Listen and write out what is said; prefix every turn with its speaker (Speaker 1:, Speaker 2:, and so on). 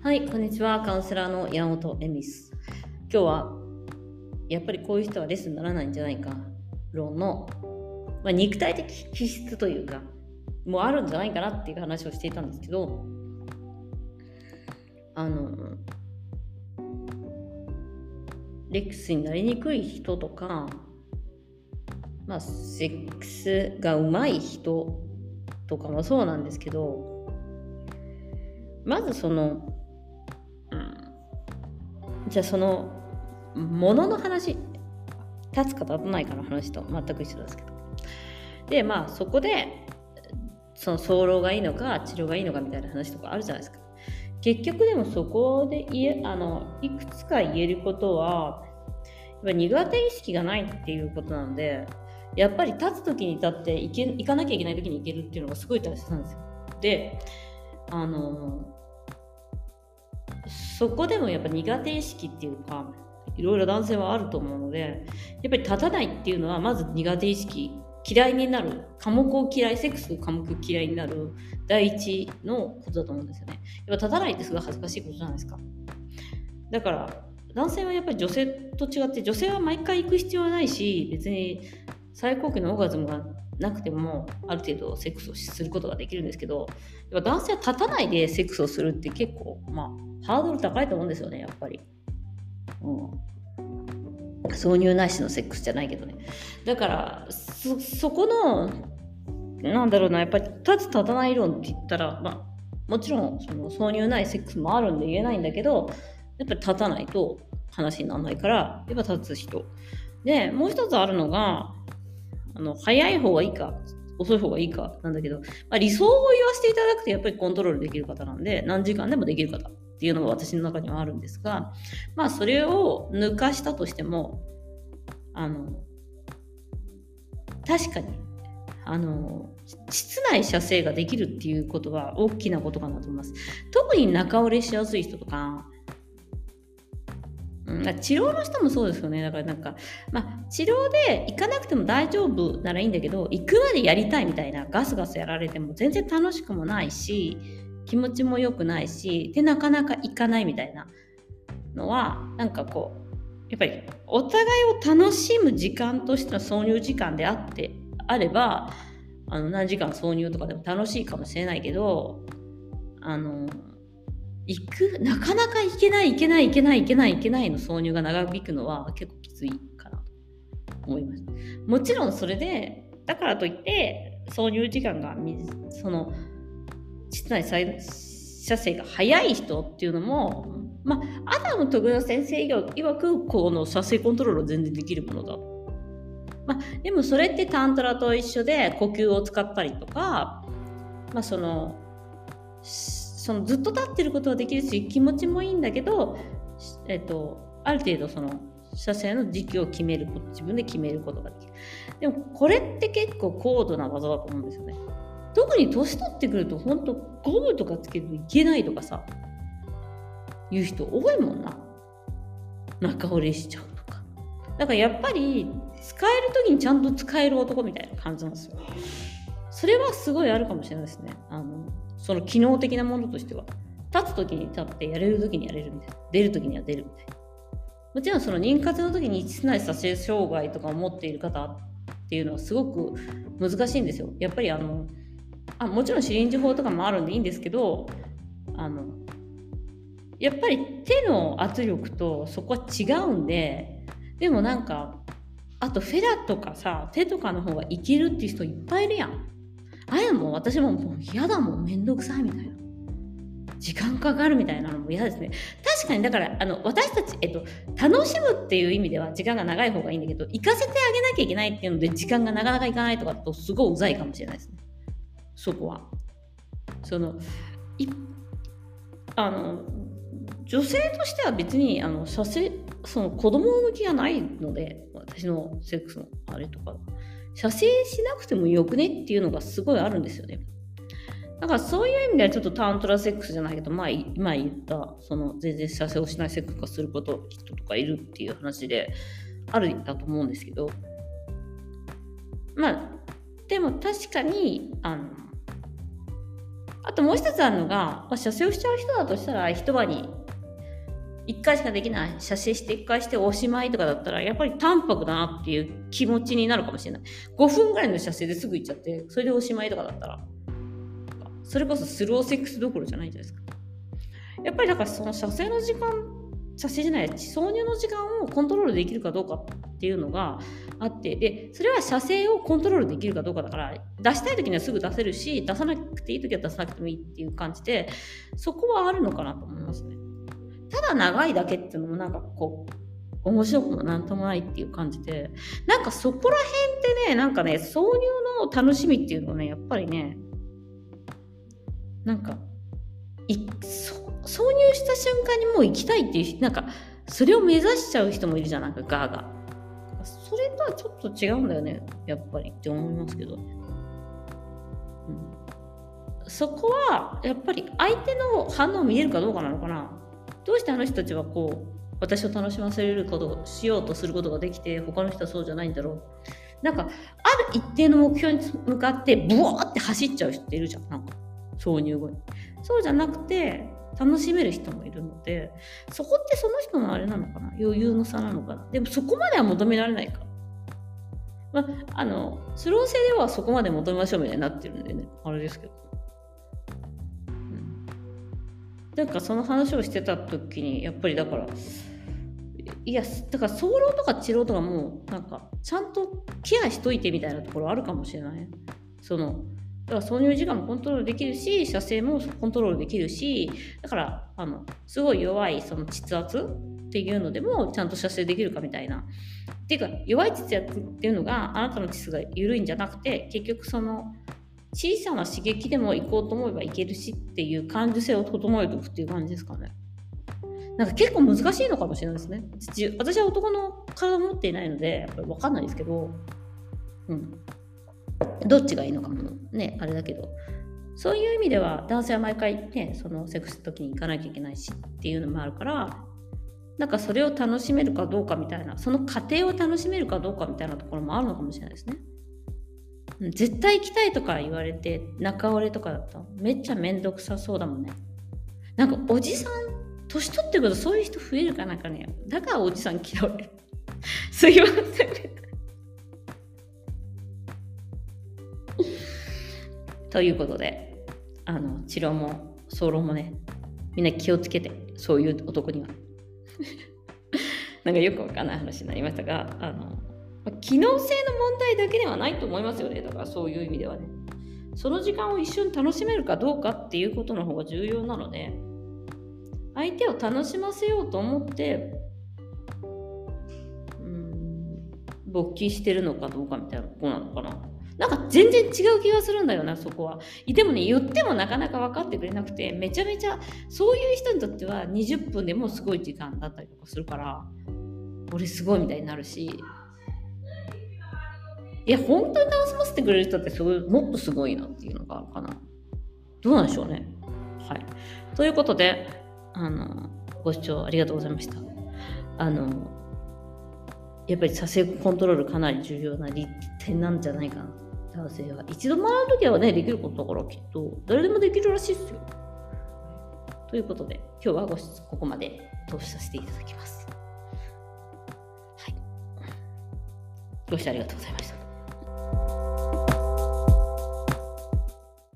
Speaker 1: はい、こんにちは。カウンセラーの山本恵美です。今日は、やっぱりこういう人はレッスンにならないんじゃないか論の、肉体的気質というか、もうあるんじゃないかなっていう話をしていたんですけど、レッスンになりにくい人とか、セックスが上手い人とかもそうなんですけど、まずじゃあそのものの話、立つか立たないかの話と全く一緒ですけど、でそこでその早漏がいいのか治療がいいのかみたいな話とかあるじゃないですか。結局でもそこでいくつか言えることは、やっぱ苦手意識がないっていうことなので、やっぱり立つ時に立って行かなきゃいけない時に行けるっていうのがすごい大切なんですよ。でそこでもやっぱ苦手意識っていうか、いろいろ男性はあると思うので、やっぱり立たないっていうのはまず苦手意識、嫌いになる、科目を嫌い、セックス科目嫌いになる第一のことだと思うんですよね。やっぱ立たないってすごい恥ずかしいことじゃないですか。だから男性はやっぱり女性と違って、女性は毎回行く必要はないし、別に最高級のオーガズムがなくてもある程度セックスをすることができるんですけど、やっぱ男性は立たないでセックスをするって結構ハードル高いと思うんですよね、やっぱり。挿入なしのセックスじゃないけどね。だからそこのやっぱり立つ立たない論って言ったら、もちろんその挿入ないセックスもあるんで言えないんだけど、やっぱり立たないと話にならないから、やっぱ立つ人で、もう一つあるのが早い方がいいか遅い方がいいかなんだけど、理想を言わせていただくとやっぱりコントロールできる方なんで、何時間でもできる方っていうのが私の中にはあるんですが、それを抜かしたとしても確かに膣内射精ができるっていうことは大きなことかなと思います。特に中折れしやすい人とか、治療の人もそうですよね。だから治療で行かなくても大丈夫ならいいんだけど、行くまでやりたいみたいなガスガスやられても全然楽しくもないし、気持ちも良くないし、でなかなか行かないみたいなのはやっぱりお互いを楽しむ時間としての挿入時間であれば何時間挿入とかでも楽しいかもしれないけど、なかなか行けないの挿入が長引くのは結構きついかなと思います。もちろんそれでだからといって挿入時間がその膣内射精が早い人っていうのも、アダム・トグラ先生曰くこの射精コントロールは全然できるものだ。でもそれってタントラと一緒で呼吸を使ったりとか、そのずっと立ってることはできるし気持ちもいいんだけど、ある程度その射精の時期を自分で決めることができる。でもこれって結構高度な技だと思うんですよね。特に年取ってくると本当ゴムとかつけるといけないとかさいう人多いもんな。中折れしちゃうとか。だからやっぱり使える時にちゃんと使える男みたいな感じなんですよ。それはすごいあるかもしれないですね。その機能的なものとしては、立つ時に立ってやれる時にやれるみたいな、出る時には出るみたいな。もちろんその妊活の時に膣内射精障害とかを持っている方っていうのはすごく難しいんですよ。やっぱりもちろんシリンジ法とかもあるんでいいんですけど、やっぱり手の圧力とそこは違うんで、でもあとフェラとかさ、手とかの方がいけるっていう人いっぱいいるやん。もう私も嫌だもん、めんどくさいみたいな。時間かかるみたいなのも嫌ですね。確かにだから私たち、楽しむっていう意味では時間が長い方がいいんだけど、行かせてあげなきゃいけないっていうので時間がなかなかいかないとかとすごいうざいかもしれないですね。そこは女性としては別にその子供向きがないので、私のセックスのあれとか射精しなくてもよくねっていうのがすごいあるんですよね。だからそういう意味ではちょっとタントラセックスじゃないけど、今言ったその全然射精をしないセックス化する人とかいるっていう話であるんだと思うんですけど、でも確かにああともう一つあるのが、射精をしちゃう人だとしたら、一晩に1回しかできない、射精して1回しておしまいとかだったら、やっぱり淡白だなっていう気持ちになるかもしれない。5分ぐらいの射精ですぐ行っちゃって、それでおしまいとかだったら、それこそスローセックスどころじゃないじゃないですか。やっぱりだからその射精の時間、射精じゃない、挿入の時間をコントロールできるかどうかっていうのがあって、で、それは射精をコントロールできるかどうかだから、出したい時にはすぐ出せるし、出さなくていい時は出さなくてもいいっていう感じで、そこはあるのかなと思いますね。ただ長いだけっていうのもなんかこう、面白くもなんともないっていう感じで、なんかそこら辺ってね、なんかね、挿入の楽しみっていうのはね、やっぱりね、なんか、挿入した瞬間にもう行きたいっていう、なんか、それを目指しちゃう人もいるじゃん、なんかガーが。それとはちょっと違うんだよね、やっぱりって思いますけど。そこは、やっぱり相手の反応を見えるかどうかなのかな。どうしてあの人たちはこう、私を楽しませることをしようとすることができて、他の人はそうじゃないんだろう。なんか、ある一定の目標に向かって、ブワーって走っちゃう人っているじゃん、なんか、挿入後に。そうじゃなくて、楽しめる人もいるので、そこってその人のあれなのかな、余裕の差なのかな。でもそこまでは求められないから。スロー性ではそこまで求めましょうみたいになってるんでね、あれですけど。なんかその話をしてた時に、やっぱりだから、いや、だから早漏とか治療とかも、なんか、ちゃんとケアしといてみたいなところあるかもしれない。だから挿入時間もコントロールできるし、射精もコントロールできるし、だから、すごい弱いその膣圧っていうのでも、ちゃんと射精できるかみたいな。っていうか、弱い膣圧っていうのが、あなたの膣が緩いんじゃなくて、結局その、小さな刺激でも行こうと思えば行けるしっていう感受性を整えておくっていう感じですかね。なんか結構難しいのかもしれないですね。私は男の体を持っていないので、やっぱり分かんないですけど、どっちがいいのかもね、あれだけど、そういう意味では男性は毎回ね、そのセックスの時に行かなきゃいけないしっていうのもあるから、なんかそれを楽しめるかどうかみたいな、その過程を楽しめるかどうかみたいなところもあるのかもしれないですね。絶対行きたいとか言われて仲折れとかだったらめっちゃめんどくさそうだもんね。なんかおじさん年取ってくるとそういう人増えるかなんかね。だからおじさん嫌われる。すいませんね。ということで、治療も早漏もね、みんな気をつけて、そういう男には。なんかよくわかんない話になりましたが、機能性の問題だけではないと思いますよね。だからそういう意味ではね。その時間を一緒に楽しめるかどうかっていうことの方が重要なので、相手を楽しませようと思って勃起してるのかどうかみたいなことなのかな。なんか全然違う気がするんだよな、そこは。でもね、言ってもなかなか分かってくれなくて、めちゃめちゃそういう人にとっては20分でもすごい時間だったりとかするから、俺すごいみたいになるし、いや本当に楽しませてくれる人ってもっとすごいなっていうのがあるかな。どうなんでしょうね。はい。ということで、ご視聴ありがとうございました。やっぱり射精コントロールかなり重要な点なんじゃないかな。男性は一度学ぶときはね、できることだからきっと誰でもできるらしいですよ。ということで、今日はここまで投資させていただきます。はい。ご視聴ありがとうございました。